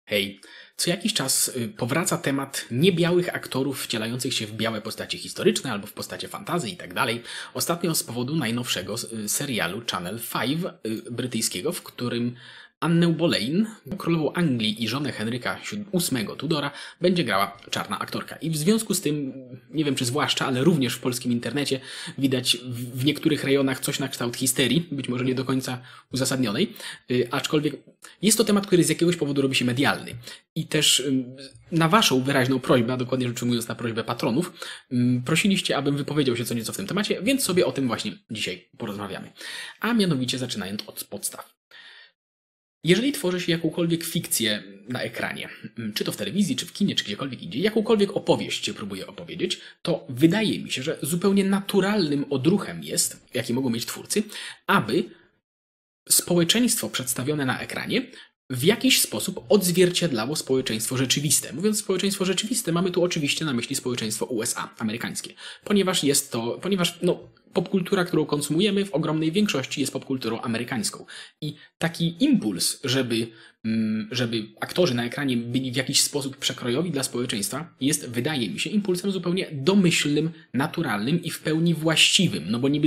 Hej, co jakiś czas powraca temat niebiałych aktorów wcielających się w białe postacie historyczne albo w postacie fantasy i tak dalej. Ostatnio z powodu najnowszego serialu Channel 5 brytyjskiego, w którym Annę Boleyn, królową Anglii i żonę Henryka VIII Tudora, będzie grała czarna aktorka. I w związku z tym, nie wiem czy zwłaszcza, ale również w polskim internecie widać w niektórych rejonach coś na kształt histerii, być może nie do końca uzasadnionej, aczkolwiek jest to temat, który z jakiegoś powodu robi się medialny. I też na waszą wyraźną prośbę, a dokładnie rzecz ujmując na prośbę patronów, prosiliście, abym wypowiedział się co nieco w tym temacie, więc sobie o tym właśnie dzisiaj porozmawiamy. A mianowicie zaczynając od podstaw. Jeżeli tworzy się jakąkolwiek fikcję na ekranie, czy to w telewizji, czy w kinie, czy gdziekolwiek indziej, jakąkolwiek opowieść się próbuje opowiedzieć, to wydaje mi się, że zupełnie naturalnym odruchem jest, jaki mogą mieć twórcy, aby społeczeństwo przedstawione na ekranie w jakiś sposób odzwierciedlało społeczeństwo rzeczywiste. Mówiąc społeczeństwo rzeczywiste, mamy tu oczywiście na myśli społeczeństwo USA, amerykańskie. Ponieważ popkultura, którą konsumujemy w ogromnej większości jest popkulturą amerykańską. I taki impuls, żeby aktorzy na ekranie byli w jakiś sposób przekrojowi dla społeczeństwa, jest, wydaje mi się, impulsem zupełnie domyślnym, naturalnym i w pełni właściwym. No bo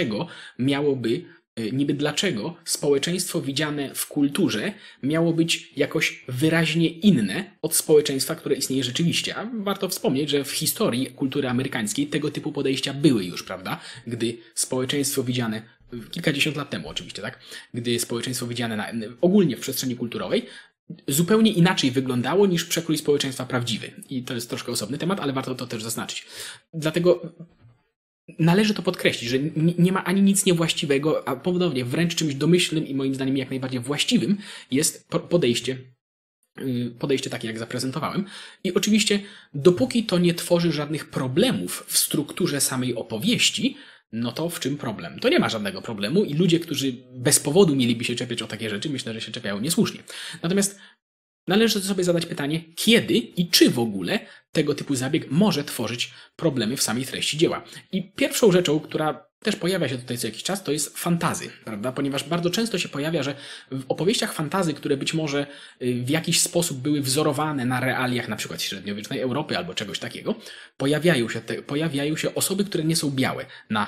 niby dlaczego społeczeństwo widziane w kulturze miało być jakoś wyraźnie inne od społeczeństwa, które istnieje rzeczywiście. A warto wspomnieć, że w historii kultury amerykańskiej tego typu podejścia były już, prawda? Gdy społeczeństwo widziane, kilkadziesiąt lat temu oczywiście, tak? Gdy społeczeństwo widziane ogólnie w przestrzeni kulturowej zupełnie inaczej wyglądało niż przekrój społeczeństwa prawdziwy. I to jest troszkę osobny temat, ale warto to też zaznaczyć. Dlatego należy to podkreślić, że nie ma ani nic niewłaściwego, a ponownie wręcz czymś domyślnym i moim zdaniem jak najbardziej właściwym jest podejście takie, jak zaprezentowałem. I oczywiście, dopóki to nie tworzy żadnych problemów w strukturze samej opowieści, no to w czym problem? To nie ma żadnego problemu i ludzie, którzy bez powodu mieliby się czepiać o takie rzeczy, myślę, że się czepiają niesłusznie. Natomiast należy sobie zadać pytanie, kiedy i czy w ogóle tego typu zabieg może tworzyć problemy w samej treści dzieła. I pierwszą rzeczą, która też pojawia się tutaj co jakiś czas, to jest fantazy, prawda? Ponieważ bardzo często się pojawia, że w opowieściach fantazy, które być może w jakiś sposób były wzorowane na realiach na przykład średniowiecznej Europy albo czegoś takiego, pojawiają się osoby, które nie są białe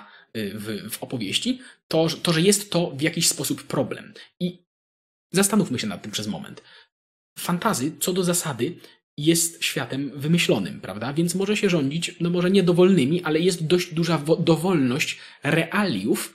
w opowieści, to, że jest to w jakiś sposób problem. I zastanówmy się nad tym przez moment. Fantazy, co do zasady, jest światem wymyślonym, prawda? Więc może się rządzić, no może nie dowolnymi, ale jest dość duża dowolność realiów,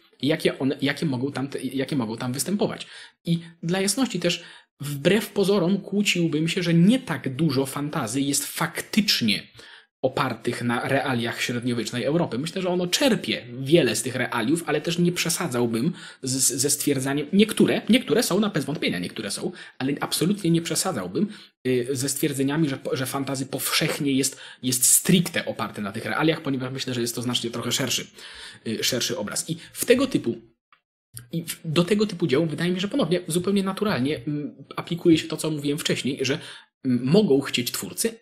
jakie mogą tam występować. I dla jasności też, wbrew pozorom, kłóciłbym się, że nie tak dużo fantazy jest faktycznie opartych na realiach średniowiecznej Europy. Myślę, że ono czerpie wiele z tych realiów, ale też nie przesadzałbym ze stwierdzaniem. Niektóre są, bez wątpienia niektóre są, ale absolutnie nie przesadzałbym ze stwierdzeniami, że fantazy powszechnie jest stricte oparte na tych realiach, ponieważ myślę, że jest to znacznie trochę szerszy obraz. I do tego typu dzieł wydaje mi się, że ponownie zupełnie naturalnie aplikuje się to, co mówiłem wcześniej, że mogą chcieć twórcy,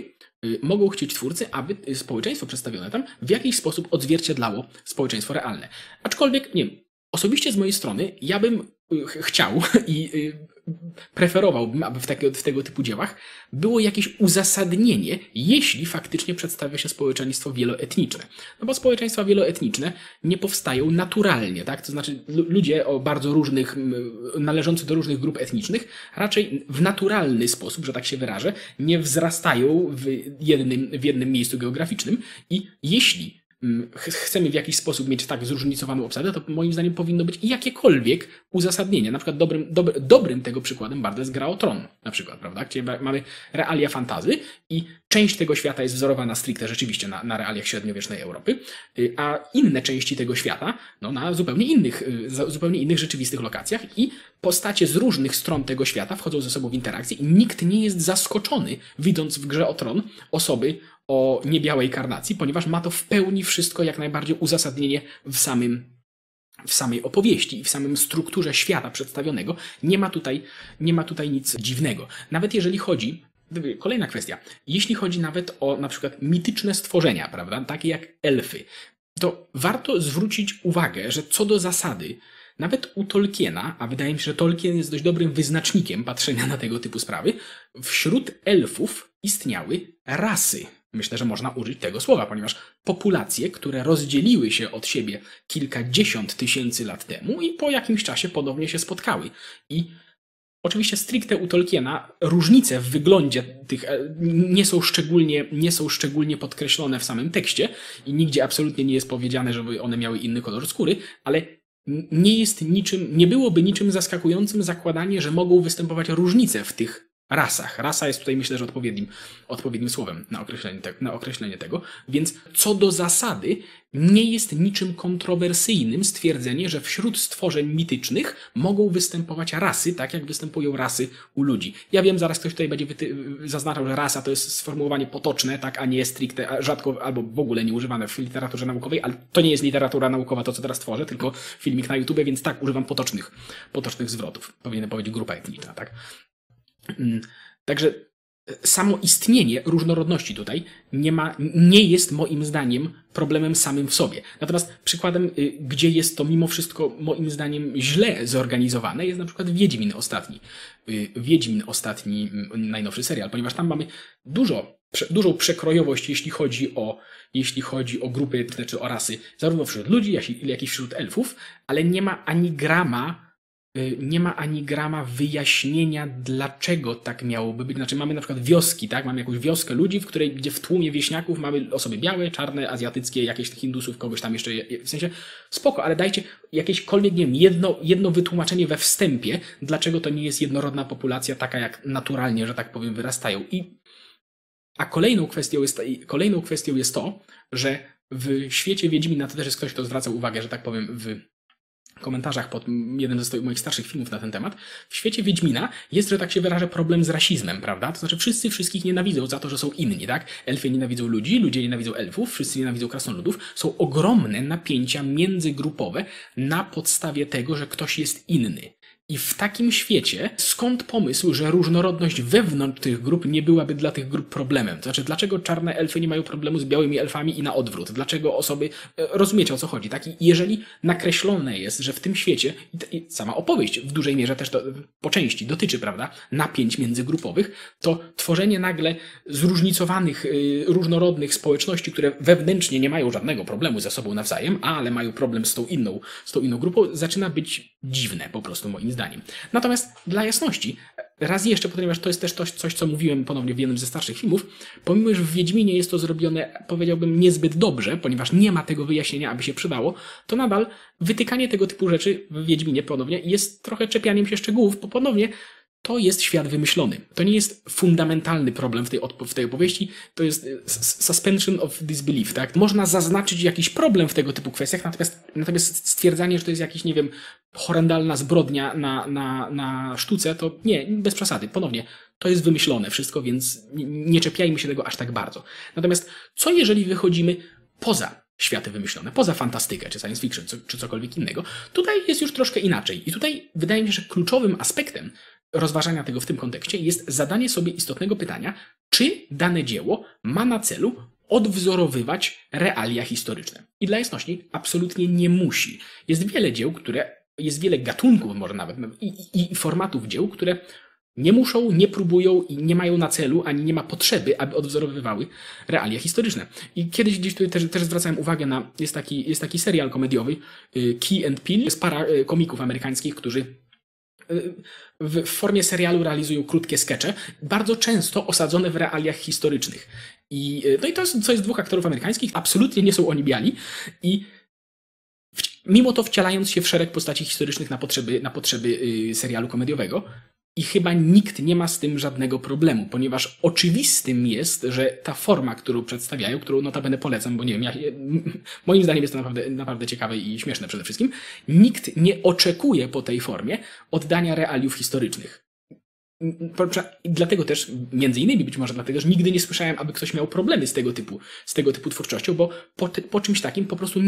aby społeczeństwo przedstawione tam w jakiś sposób odzwierciedlało społeczeństwo realne. Aczkolwiek, nie wiem, osobiście z mojej strony ja bym chciał i preferowałbym, aby w tego typu dziełach było jakieś uzasadnienie, jeśli faktycznie przedstawia się społeczeństwo wieloetniczne. No bo społeczeństwa wieloetniczne nie powstają naturalnie, tak? To znaczy ludzie o bardzo różnych, należący do różnych grup etnicznych, raczej w naturalny sposób, że tak się wyrażę, nie wzrastają w jednym miejscu geograficznym i jeśli chcemy w jakiś sposób mieć tak zróżnicowaną obsadę, to moim zdaniem powinno być jakiekolwiek uzasadnienie. Na przykład dobrym tego przykładem bardzo jest Gra o Tron, na przykład, prawda? Gdzie mamy realia fantazy i część tego świata jest wzorowana stricte rzeczywiście na realiach średniowiecznej Europy, a inne części tego świata na zupełnie innych rzeczywistych lokacjach i postacie z różnych stron tego świata wchodzą ze sobą w interakcję i nikt nie jest zaskoczony, widząc w Grze o Tron osoby o niebiałej karnacji, ponieważ ma to w pełni wszystko jak najbardziej uzasadnienie w samej opowieści i w samym strukturze świata przedstawionego. Nie ma tutaj nic dziwnego. Nawet jeżeli chodzi, kolejna kwestia, jeśli chodzi nawet o na przykład mityczne stworzenia, prawda, takie jak elfy, to warto zwrócić uwagę, że co do zasady nawet u Tolkiena, a wydaje mi się, że Tolkien jest dość dobrym wyznacznikiem patrzenia na tego typu sprawy, wśród elfów istniały rasy. Myślę, że można użyć tego słowa, ponieważ populacje, które rozdzieliły się od siebie kilkadziesiąt tysięcy lat temu i po jakimś czasie ponownie się spotkały. I oczywiście stricte u Tolkiena różnice w wyglądzie tych nie są szczególnie podkreślone w samym tekście i nigdzie absolutnie nie jest powiedziane, żeby one miały inny kolor skóry, ale nie byłoby niczym zaskakującym zakładanie, że mogą występować różnice w tych rasach. Rasa jest tutaj, myślę, że odpowiednim słowem na określenie tego. Więc co do zasady nie jest niczym kontrowersyjnym stwierdzenie, że wśród stworzeń mitycznych mogą występować rasy, tak jak występują rasy u ludzi. Ja wiem, zaraz ktoś tutaj będzie zaznaczał, że rasa to jest sformułowanie potoczne, tak, a nie stricte, rzadko albo w ogóle nie używane w literaturze naukowej, ale to nie jest literatura naukowa, to co teraz tworzę, tylko filmik na YouTube, więc tak, używam potocznych zwrotów. Powinienem powiedzieć grupa etniczna, tak. Także samo istnienie różnorodności tutaj nie jest moim zdaniem problemem samym w sobie. Natomiast przykładem, gdzie jest to mimo wszystko moim zdaniem źle zorganizowane, jest na przykład Wiedźmin ostatni, najnowszy serial, ponieważ tam mamy dużą przekrojowość, jeśli chodzi o grupy etniczne czy o rasy, zarówno wśród ludzi, jak i wśród elfów, ale nie ma ani grama wyjaśnienia, dlaczego tak miałoby być. Znaczy mamy na przykład wioski, tak? Mamy jakąś wioskę ludzi, gdzie w tłumie wieśniaków mamy osoby białe, czarne, azjatyckie, jakieś Hindusów, kogoś tam jeszcze, w sensie spoko, ale dajcie jakiekolwiek, nie wiem, jedno wytłumaczenie we wstępie, dlaczego to nie jest jednorodna populacja, taka jak naturalnie, że tak powiem, wyrastają. A kolejną kwestią jest to, że w świecie Wiedźmina, to też jest ktoś, kto zwracał uwagę, że tak powiem, w komentarzach pod jednym ze moich starszych filmów na ten temat, w świecie Wiedźmina jest, że tak się wyrażę, problem z rasizmem, prawda? To znaczy wszyscy wszystkich nienawidzą za to, że są inni, tak? Elfy nienawidzą ludzi, ludzie nienawidzą elfów, wszyscy nienawidzą krasnoludów. Są ogromne napięcia międzygrupowe na podstawie tego, że ktoś jest inny. I w takim świecie skąd pomysł, że różnorodność wewnątrz tych grup nie byłaby dla tych grup problemem? To znaczy, dlaczego czarne elfy nie mają problemu z białymi elfami i na odwrót? Dlaczego osoby... Rozumiecie, o co chodzi, tak? I jeżeli nakreślone jest, że w tym świecie, i sama opowieść w dużej mierze też to po części dotyczy, prawda, napięć międzygrupowych, to tworzenie nagle zróżnicowanych, różnorodnych społeczności, które wewnętrznie nie mają żadnego problemu ze sobą nawzajem, ale mają problem z tą inną grupą, zaczyna być dziwne po prostu, moim zdaniem. Natomiast dla jasności, raz jeszcze, ponieważ to jest też coś, co mówiłem ponownie w jednym ze starszych filmów, pomimo, że w Wiedźminie jest to zrobione, powiedziałbym, niezbyt dobrze, ponieważ nie ma tego wyjaśnienia, aby się przydało, to nadal wytykanie tego typu rzeczy w Wiedźminie ponownie jest trochę czepianiem się szczegółów, bo ponownie to jest świat wymyślony. To nie jest fundamentalny problem w tej opowieści, to jest suspension of disbelief, tak? Można zaznaczyć jakiś problem w tego typu kwestiach, natomiast stwierdzanie, że to jest jakiś, nie wiem, horrendalna zbrodnia na sztuce, to nie, bez przesady. Ponownie, to jest wymyślone wszystko, więc nie czepiajmy się tego aż tak bardzo. Natomiast co jeżeli wychodzimy poza światy wymyślone, poza fantastykę, czy science fiction, czy cokolwiek innego? Tutaj jest już troszkę inaczej. I tutaj wydaje mi się, że kluczowym aspektem rozważania tego w tym kontekście jest zadanie sobie istotnego pytania, czy dane dzieło ma na celu odwzorowywać realia historyczne. I dla jasności, absolutnie nie musi. Jest wiele dzieł, jest wiele gatunków może nawet i formatów dzieł, które nie muszą, nie próbują i nie mają na celu, ani nie ma potrzeby, aby odwzorowywały realia historyczne. I kiedyś gdzieś tutaj też zwracałem uwagę na, jest taki serial komediowy, Key and Peele, jest para komików amerykańskich, którzy w formie serialu realizują krótkie skecze, bardzo często osadzone w realiach historycznych. No i to jest dwóch aktorów amerykańskich, absolutnie nie są oni biali i mimo to wcielając się w szereg postaci historycznych na potrzeby serialu komediowego. I chyba nikt nie ma z tym żadnego problemu, ponieważ oczywistym jest, że ta forma, którą przedstawiają, którą notabene polecam, bo nie wiem, moim zdaniem jest to naprawdę ciekawe i śmieszne przede wszystkim, nikt nie oczekuje po tej formie oddania realiów historycznych. I dlatego też, między innymi być może dlatego, że nigdy nie słyszałem, aby ktoś miał problemy z tego typu twórczością, bo po czymś takim po prostu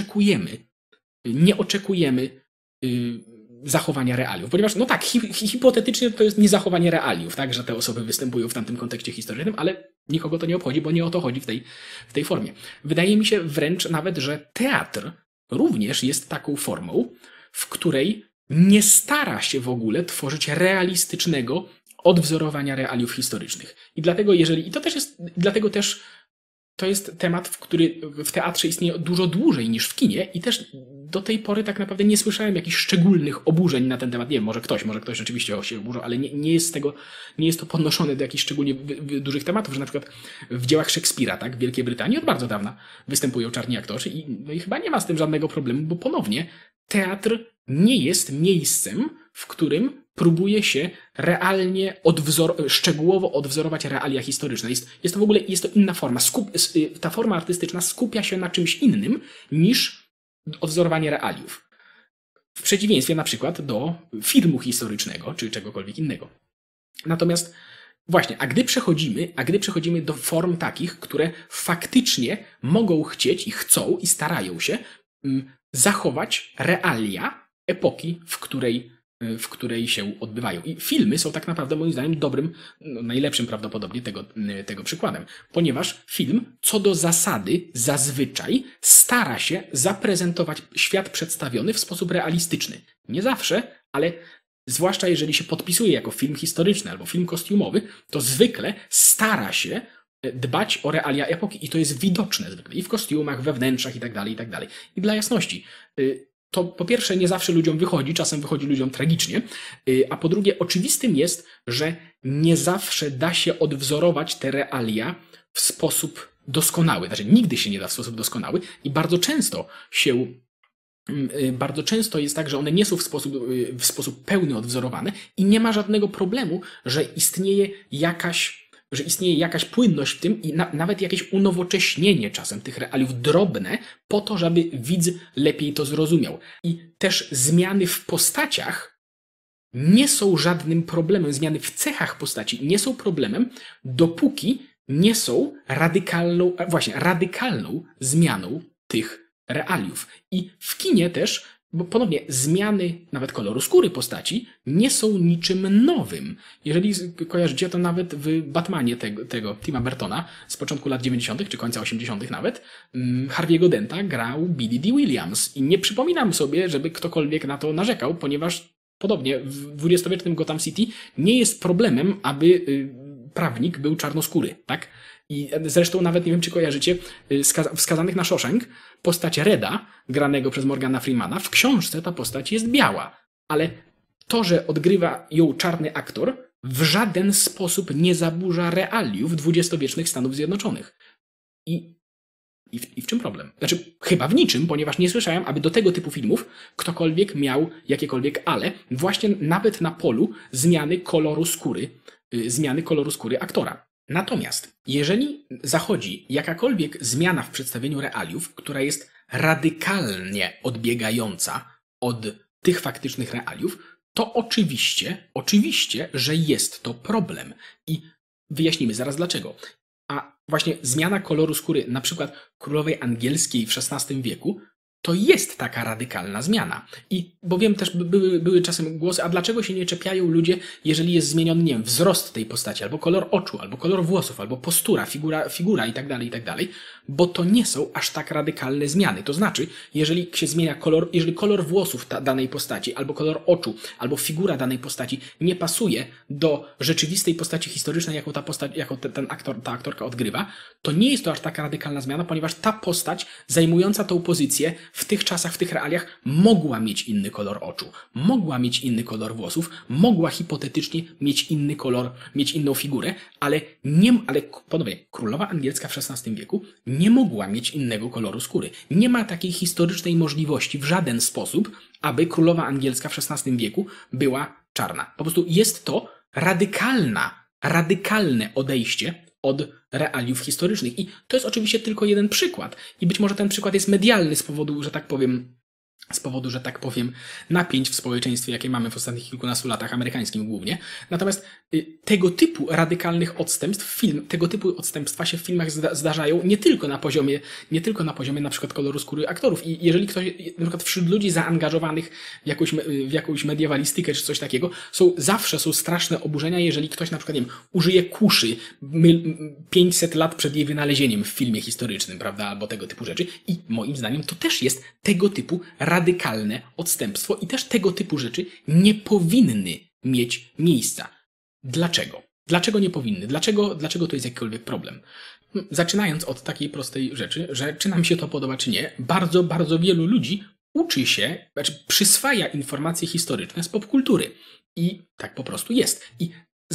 nie oczekujemy zachowania realiów. Ponieważ, no tak, hipotetycznie to jest niezachowanie realiów, tak, że te osoby występują w tamtym kontekście historycznym, ale nikogo to nie obchodzi, bo nie o to chodzi w tej formie. Wydaje mi się wręcz nawet, że teatr również jest taką formą, w której nie stara się w ogóle tworzyć realistycznego odwzorowania realiów historycznych. I dlatego dlatego też to jest temat, który w teatrze istnieje dużo dłużej niż w kinie i też do tej pory tak naprawdę nie słyszałem jakichś szczególnych oburzeń na ten temat. Nie wiem, może ktoś rzeczywiście się oburzył, ale nie jest to podnoszone do jakichś szczególnie dużych tematów, że na przykład w dziełach Szekspira, tak, w Wielkiej Brytanii od bardzo dawna występują czarni aktorzy i chyba nie ma z tym żadnego problemu, bo ponownie teatr nie jest miejscem, w którym próbuje się realnie szczegółowo odwzorować realia historyczne. Jest to w ogóle jest to inna forma. Ta forma artystyczna skupia się na czymś innym niż odwzorowanie realiów. W przeciwieństwie na przykład do filmu historycznego, czy czegokolwiek innego. Natomiast właśnie, a gdy przechodzimy do form takich, które faktycznie mogą chcieć i chcą i starają się zachować realia epoki, w której się odbywają. I filmy są tak naprawdę moim zdaniem dobrym, najlepszym prawdopodobnie tego przykładem. Ponieważ film co do zasady zazwyczaj stara się zaprezentować świat przedstawiony w sposób realistyczny. Nie zawsze, ale zwłaszcza jeżeli się podpisuje jako film historyczny albo film kostiumowy, to zwykle stara się dbać o realia epoki i to jest widoczne zwykle i w kostiumach, we wnętrzach i tak dalej, i tak dalej. I dla jasności, to po pierwsze nie zawsze ludziom wychodzi, czasem wychodzi ludziom tragicznie, a po drugie oczywistym jest, że nie zawsze da się odwzorować te realia w sposób doskonały. Znaczy nigdy się nie da w sposób doskonały i bardzo często jest tak, że one nie są w sposób pełny odwzorowane i nie ma żadnego problemu, że istnieje jakaś płynność w tym i nawet jakieś unowocześnienie czasem tych realiów drobne po to, żeby widz lepiej to zrozumiał. I też zmiany w postaciach nie są żadnym problemem, zmiany w cechach postaci nie są problemem, dopóki nie są radykalną zmianą tych realiów. I w kinie też, bo ponownie zmiany nawet koloru skóry postaci nie są niczym nowym. Jeżeli kojarzycie, to nawet w Batmanie tego Tima Burtona z początku lat 90. czy końca 80. nawet Harvey'ego Denta grał Billy Dee Williams. I nie przypominam sobie, żeby ktokolwiek na to narzekał, ponieważ podobnie w dwudziestowiecznym Gotham City nie jest problemem, aby prawnik był czarnoskóry, tak? I zresztą nawet nie wiem, czy kojarzycie w Skazanych na Shawshank postać Reda, granego przez Morgana Freemana. W książce ta postać jest biała, ale to, że odgrywa ją czarny aktor, w żaden sposób nie zaburza realiów dwudziestowiecznych Stanów Zjednoczonych. I w czym problem? Znaczy, chyba w niczym, ponieważ nie słyszałem, aby do tego typu filmów ktokolwiek miał jakiekolwiek ale, właśnie nawet na polu zmiany koloru skóry aktora. Natomiast jeżeli zachodzi jakakolwiek zmiana w przedstawieniu realiów, która jest radykalnie odbiegająca od tych faktycznych realiów, to oczywiście, że jest to problem. I wyjaśnimy zaraz dlaczego. A właśnie zmiana koloru skóry na przykład królowej angielskiej w XVI wieku to jest taka radykalna zmiana. I bo wiem też, były czasem głosy, a dlaczego się nie czepiają ludzie, jeżeli jest zmieniony, nie wiem, wzrost tej postaci, albo kolor oczu, albo kolor włosów, albo postura, figura i tak dalej, bo to nie są aż tak radykalne zmiany. To znaczy, jeżeli się zmienia jeżeli kolor włosów danej postaci, albo kolor oczu, albo figura danej postaci nie pasuje do rzeczywistej postaci historycznej, jaką ta aktorka odgrywa, to nie jest to aż taka radykalna zmiana, ponieważ ta postać zajmująca tą pozycję w tych czasach, w tych realiach mogła mieć inny kolor oczu, mogła mieć inny kolor włosów, mogła hipotetycznie mieć inny kolor, mieć inną figurę, ale ponownie, królowa angielska w XVI wieku nie mogła mieć innego koloru skóry. Nie ma takiej historycznej możliwości w żaden sposób, aby królowa angielska w XVI wieku była czarna. Po prostu jest to radykalne odejście od realiów historycznych. I to jest oczywiście tylko jeden przykład. I być może ten przykład jest medialny z powodu, że tak powiem, napięć w społeczeństwie, jakie mamy w ostatnich kilkunastu latach, amerykańskim głównie. Natomiast tego typu radykalnych tego typu odstępstwa się w filmach zdarzają nie tylko na poziomie na przykład koloru skóry aktorów. I jeżeli ktoś, na przykład wśród ludzi zaangażowanych w jakąś mediewalistykę czy coś takiego, zawsze są straszne oburzenia, jeżeli ktoś na przykład, nie wiem, użyje kuszy 500 lat przed jej wynalezieniem w filmie historycznym, prawda, albo tego typu rzeczy. I moim zdaniem to też jest tego typu radykalne odstępstwo i też tego typu rzeczy nie powinny mieć miejsca. Dlaczego? Dlaczego nie powinny? Dlaczego to jest jakikolwiek problem? Zaczynając od takiej prostej rzeczy, że czy nam się to podoba, czy nie, bardzo, bardzo wielu ludzi uczy się, przyswaja informacje historyczne z popkultury. I tak po prostu jest. I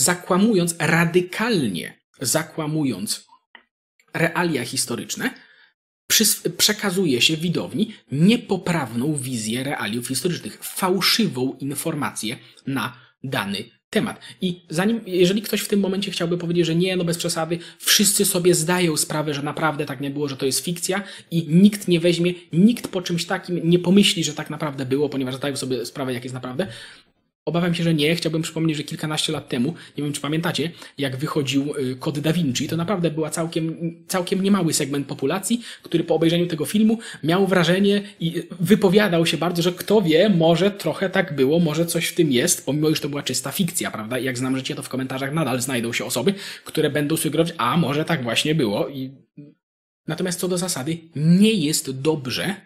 radykalnie zakłamując realia historyczne, przekazuje się widowni niepoprawną wizję realiów historycznych, fałszywą informację na dany temat. I jeżeli ktoś w tym momencie chciałby powiedzieć, że nie, no bez przesady, wszyscy sobie zdają sprawę, że naprawdę tak nie było, że to jest fikcja i nikt po czymś takim nie pomyśli, że tak naprawdę było, ponieważ zdają sobie sprawę, jak jest naprawdę. Obawiam się, że nie. Chciałbym przypomnieć, że kilkanaście lat temu, nie wiem czy pamiętacie, jak wychodził Kod Da Vinci, to naprawdę była całkiem niemały segment populacji, który po obejrzeniu tego filmu miał wrażenie i wypowiadał się bardzo, że kto wie, może trochę tak było, może coś w tym jest, pomimo już to była czysta fikcja, prawda? I jak znam życie, to w komentarzach nadal znajdą się osoby, które będą sugerować, a może tak właśnie było. Natomiast co do zasady, nie jest dobrze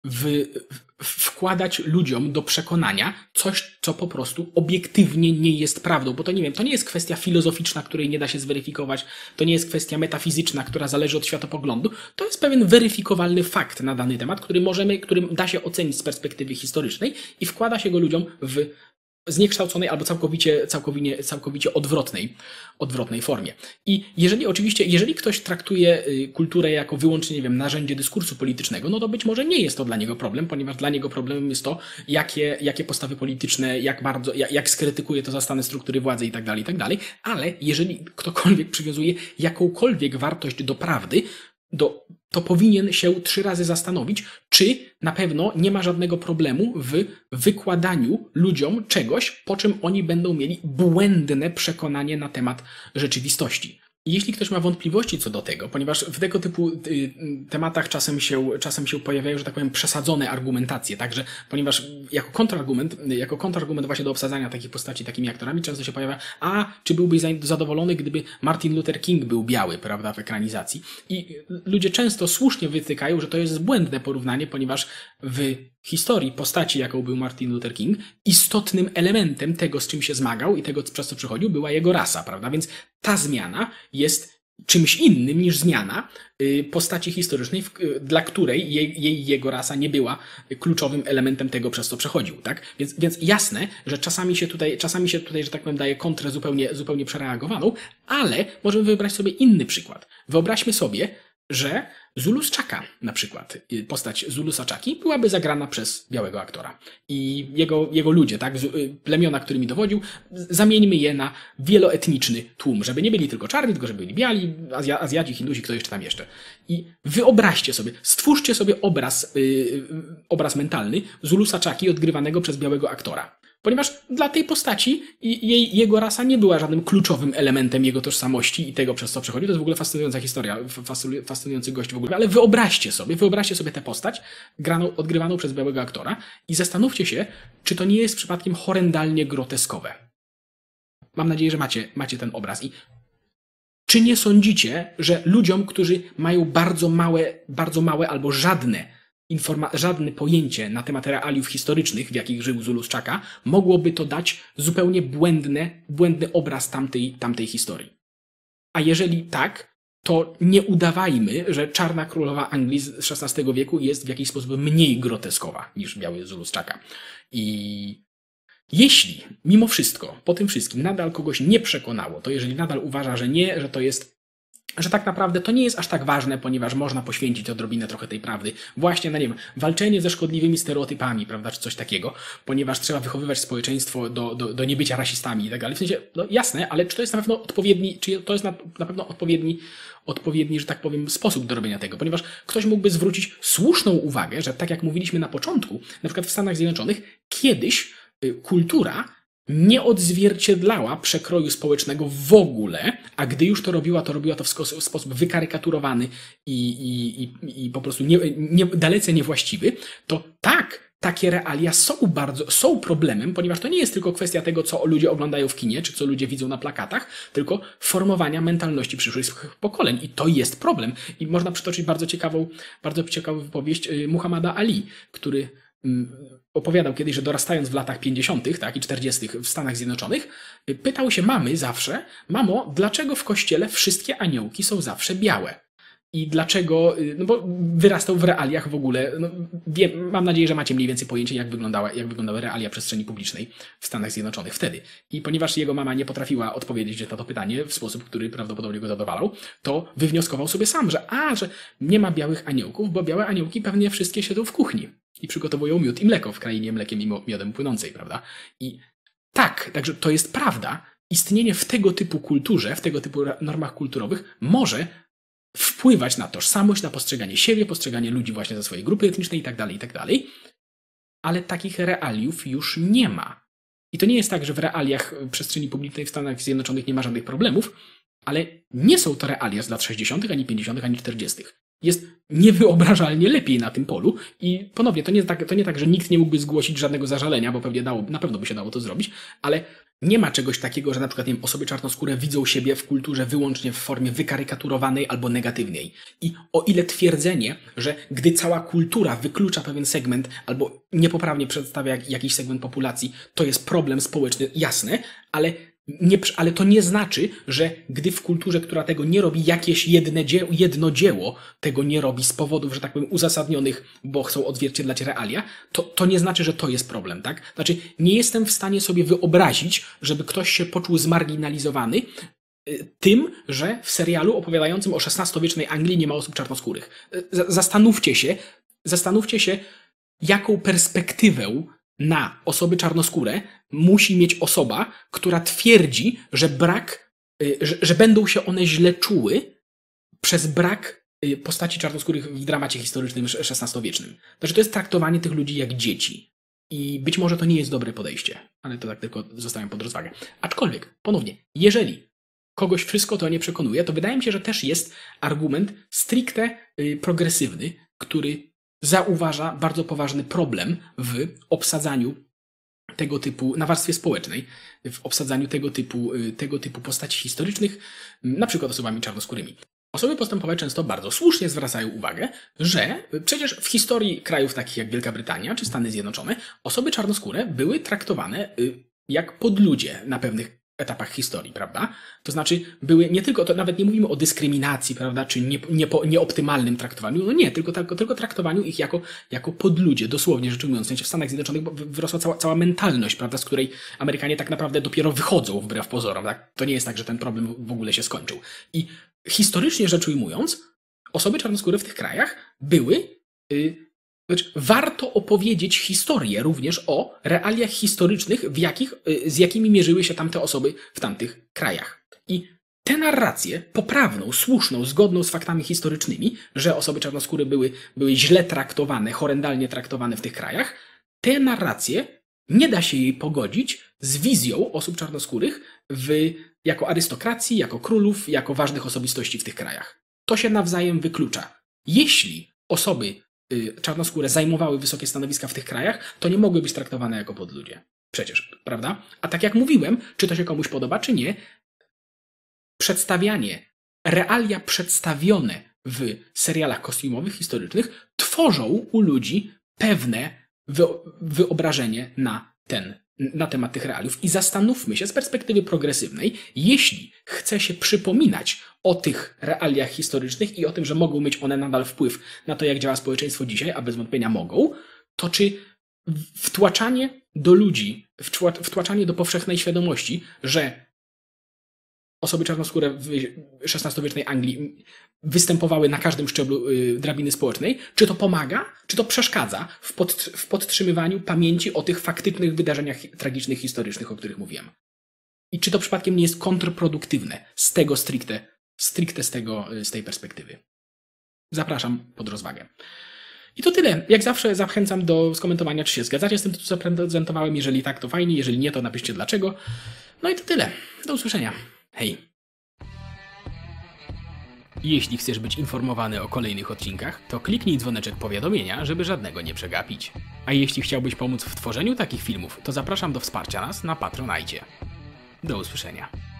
wkładać ludziom do przekonania coś, co po prostu obiektywnie nie jest prawdą, bo to nie wiem, to nie jest kwestia filozoficzna, której nie da się zweryfikować, to nie jest kwestia metafizyczna, która zależy od światopoglądu, to jest pewien weryfikowalny fakt na dany temat, którym da się ocenić z perspektywy historycznej i wkłada się go ludziom w zniekształconej albo całkowicie odwrotnej formie. I jeżeli ktoś traktuje kulturę jako wyłącznie, nie wiem, narzędzie dyskursu politycznego, no to być może nie jest to dla niego problem, ponieważ dla niego problemem jest to, jakie postawy polityczne, jak skrytykuje to zastane struktury władzy i tak dalej, ale jeżeli ktokolwiek przywiązuje jakąkolwiek wartość do prawdy, to powinien się 3 razy zastanowić, czy na pewno nie ma żadnego problemu w wykładaniu ludziom czegoś, po czym oni będą mieli błędne przekonanie na temat rzeczywistości. I jeśli ktoś ma wątpliwości co do tego, ponieważ w tego typu tematach czasem się pojawiają, że tak powiem, przesadzone argumentacje, także ponieważ jako kontrargument właśnie do obsadzania takich postaci takimi aktorami często się pojawia, czy byłbyś zadowolony, gdyby Martin Luther King był biały, prawda, w ekranizacji. I ludzie często słusznie wytykają, że to jest błędne porównanie, ponieważ w historii postaci, jaką był Martin Luther King, istotnym elementem tego, z czym się zmagał i tego, przez co przechodził, była jego rasa, prawda? Więc ta zmiana jest czymś innym niż zmiana postaci historycznej, dla której jego rasa nie była kluczowym elementem tego, przez co przechodził, tak? Więc jasne, że czasami się tutaj, że tak powiem, daje kontrę zupełnie przereagowaną, ale możemy wybrać sobie inny przykład. Wyobraźmy sobie, że Zulus Chaka, na przykład, postać Zulusa Chaki byłaby zagrana przez białego aktora. I jego ludzie, tak, plemiona, którymi dowodził, zamieńmy je na wieloetniczny tłum, żeby nie byli tylko czarni, tylko żeby byli biali, Azjaci, Hindusi, kto jeszcze tam jeszcze. I wyobraźcie sobie, stwórzcie sobie obraz mentalny Zulusa Chaki odgrywanego przez białego aktora. Ponieważ dla tej postaci jego rasa nie była żadnym kluczowym elementem jego tożsamości i tego, przez co przechodził. To jest w ogóle fascynująca historia, fascynujący gość w ogóle. Ale wyobraźcie sobie tę postać odgrywaną przez białego aktora i zastanówcie się, czy to nie jest przypadkiem horrendalnie groteskowe. Mam nadzieję, że macie ten obraz. I czy nie sądzicie, że ludziom, którzy mają bardzo małe albo żadne pojęcie na temat realiów historycznych, w jakich żył Zulus Chaka, mogłoby to dać zupełnie błędny obraz tamtej historii. A jeżeli tak, to nie udawajmy, że czarna królowa Anglii z XVI wieku jest w jakiś sposób mniej groteskowa niż biały Zulus Chaka. I jeśli mimo wszystko, po tym wszystkim nadal kogoś nie przekonało, to jeżeli nadal uważa, że nie, że tak naprawdę to nie jest aż tak ważne, ponieważ można poświęcić odrobinę trochę tej prawdy właśnie na, nie wiem, walczenie ze szkodliwymi stereotypami, prawda, czy coś takiego, ponieważ trzeba wychowywać społeczeństwo do niebycia rasistami i tak dalej. W sensie, no jasne, ale czy to jest na pewno odpowiedni, że tak powiem, sposób do robienia tego, ponieważ ktoś mógłby zwrócić słuszną uwagę, że tak jak mówiliśmy na początku, na przykład w Stanach Zjednoczonych, kiedyś kultura nie odzwierciedlała przekroju społecznego w ogóle, a gdy już to robiła to w sposób wykarykaturowany i po prostu dalece niewłaściwy, to takie realia są problemem, ponieważ to nie jest tylko kwestia tego, co ludzie oglądają w kinie, czy co ludzie widzą na plakatach, tylko formowania mentalności przyszłych pokoleń. I to jest problem. I można przytoczyć bardzo ciekawą wypowiedź Muhammada Ali, który opowiadał kiedyś, że dorastając w latach 50. Tak, i 40. w Stanach Zjednoczonych, pytał się mamy zawsze: mamo, dlaczego w kościele wszystkie aniołki są zawsze białe? I dlaczego, no bo wyrastał w realiach w ogóle, no mam nadzieję, że macie mniej więcej pojęcie, jak wyglądały realia przestrzeni publicznej w Stanach Zjednoczonych wtedy. I ponieważ jego mama nie potrafiła odpowiedzieć na to pytanie w sposób, który prawdopodobnie go zadowalał, to wywnioskował sobie sam, że nie ma białych aniołków, bo białe aniołki pewnie wszystkie siedzą w kuchni i przygotowują miód i mleko w krainie mlekiem i miodem płynącej, prawda? I tak, także to jest prawda. Istnienie w tego typu kulturze, w tego typu normach kulturowych może wpływać na tożsamość, na postrzeganie siebie, postrzeganie ludzi właśnie ze swojej grupy etnicznej itd., ale takich realiów już nie ma. I to nie jest tak, że w realiach przestrzeni publicznej w Stanach Zjednoczonych nie ma żadnych problemów, ale nie są to realia z lat 60., ani 50., ani 40. Jest niewyobrażalnie lepiej na tym polu i ponownie, to nie tak, że nikt nie mógłby zgłosić żadnego zażalenia, bo na pewno by się dało to zrobić, ale nie ma czegoś takiego, że na przykład, nie wiem, osoby czarnoskóre widzą siebie w kulturze wyłącznie w formie wykarykaturowanej albo negatywnej. I o ile twierdzenie, że gdy cała kultura wyklucza pewien segment albo niepoprawnie przedstawia jakiś segment populacji, to jest problem społeczny, jasne, ale to nie znaczy, że gdy w kulturze, która tego nie robi, jakieś jedno dzieło tego nie robi z powodów, że tak powiem, uzasadnionych, bo chcą odzwierciedlać realia, to nie znaczy, że to jest problem, tak? Znaczy, nie jestem w stanie sobie wyobrazić, żeby ktoś się poczuł zmarginalizowany tym, że w serialu opowiadającym o XVI-wiecznej Anglii nie ma osób czarnoskórych. Zastanówcie się, jaką perspektywę na osoby czarnoskóre musi mieć osoba, która twierdzi, że będą się one źle czuły przez brak postaci czarnoskórych w dramacie historycznym XVI-wiecznym. Znaczy, to jest traktowanie tych ludzi jak dzieci. I być może to nie jest dobre podejście, ale to tak tylko zostawiam pod rozwagę. Aczkolwiek, ponownie, jeżeli kogoś wszystko to nie przekonuje, to wydaje mi się, że też jest argument stricte progresywny, który zauważa bardzo poważny problem w obsadzaniu tego typu, na warstwie społecznej, w obsadzaniu tego typu postaci historycznych, na przykład osobami czarnoskórymi. Osoby postępowe często bardzo słusznie zwracają uwagę, że przecież w historii krajów takich jak Wielka Brytania czy Stany Zjednoczone osoby czarnoskóre były traktowane jak podludzie na pewnych etapach historii, prawda? To znaczy były nie tylko, to nawet nie mówimy o dyskryminacji, prawda, czy nieoptymalnym traktowaniu, no nie, tylko traktowaniu ich jako podludzie, dosłownie rzecz ujmując. W sensie w Stanach Zjednoczonych wyrosła cała mentalność, prawda, z której Amerykanie tak naprawdę dopiero wychodzą wbrew pozorom, tak? To nie jest tak, że ten problem w ogóle się skończył. I historycznie rzecz ujmując, osoby czarnoskóre w tych krajach były warto opowiedzieć historię również o realiach historycznych, z jakimi mierzyły się tamte osoby w tamtych krajach. I tę narrację poprawną, słuszną, zgodną z faktami historycznymi, że osoby czarnoskóre były źle traktowane, horrendalnie traktowane w tych krajach, tę narrację nie da się jej pogodzić z wizją osób czarnoskórych jako arystokracji, jako królów, jako ważnych osobistości w tych krajach. To się nawzajem wyklucza. Jeśli osoby czarnoskóre zajmowały wysokie stanowiska w tych krajach, to nie mogły być traktowane jako podludzie. Przecież, prawda? A tak jak mówiłem, czy to się komuś podoba, czy nie, realia przedstawione w serialach kostiumowych, historycznych, tworzą u ludzi pewne wyobrażenie na temat tych realiów. I zastanówmy się z perspektywy progresywnej, jeśli chce się przypominać o tych realiach historycznych i o tym, że mogą mieć one nadal wpływ na to, jak działa społeczeństwo dzisiaj, a bez wątpienia mogą, to czy wtłaczanie do ludzi, wtłaczanie do powszechnej świadomości, że osoby czarnoskóre w XVI-wiecznej Anglii występowały na każdym szczeblu drabiny społecznej, czy to pomaga, czy to przeszkadza w podtrzymywaniu pamięci o tych faktycznych wydarzeniach tragicznych, historycznych, o których mówiłem. I czy to przypadkiem nie jest kontrproduktywne z tego stricte z tej perspektywy. Zapraszam pod rozwagę. I to tyle. Jak zawsze zachęcam do skomentowania, czy się zgadzacie z tym, co zaprezentowałem. Jeżeli tak, to fajnie. Jeżeli nie, to napiszcie dlaczego. No i to tyle. Do usłyszenia. Hej! Jeśli chcesz być informowany o kolejnych odcinkach, to kliknij dzwoneczek powiadomienia, żeby żadnego nie przegapić. A jeśli chciałbyś pomóc w tworzeniu takich filmów, to zapraszam do wsparcia nas na Patronite. Do usłyszenia.